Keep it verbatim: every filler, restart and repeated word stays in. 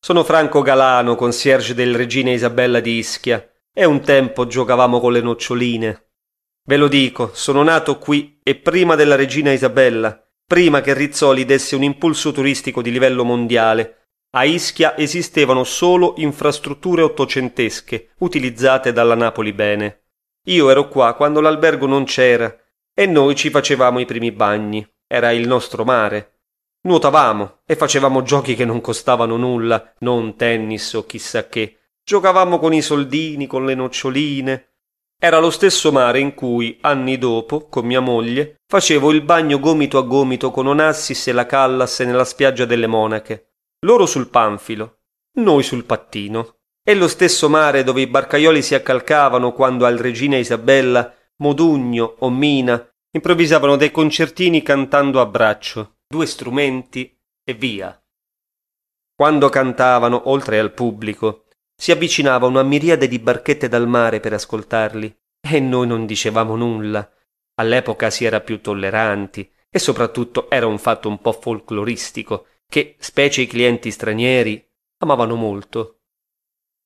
Sono Franco Galano, concierge del Regina Isabella di Ischia, e un tempo giocavamo con le noccioline. Ve lo dico, sono nato qui e prima della Regina Isabella, prima che Rizzoli desse un impulso turistico di livello mondiale. A Ischia esistevano solo infrastrutture ottocentesche, utilizzate dalla Napoli bene. Io ero qua quando l'albergo non c'era e noi ci facevamo i primi bagni. Era il nostro mare. Nuotavamo e facevamo giochi che non costavano nulla, non tennis o chissà che. Giocavamo con i soldini, con le noccioline. Era lo stesso mare in cui, anni dopo, con mia moglie, facevo il bagno gomito a gomito con Onassis e la Callas nella spiaggia delle Monache. Loro sul Panfilo, noi sul pattino. È lo stesso mare dove i barcaioli si accalcavano quando al Regina Isabella, Modugno o Mina improvvisavano dei concertini cantando a braccio, due strumenti e via. Quando cantavano, oltre al pubblico, si avvicinava una miriade di barchette dal mare per ascoltarli e noi non dicevamo nulla. All'epoca si era più tolleranti e soprattutto era un fatto un po' folcloristico che, specie i clienti stranieri, amavano molto.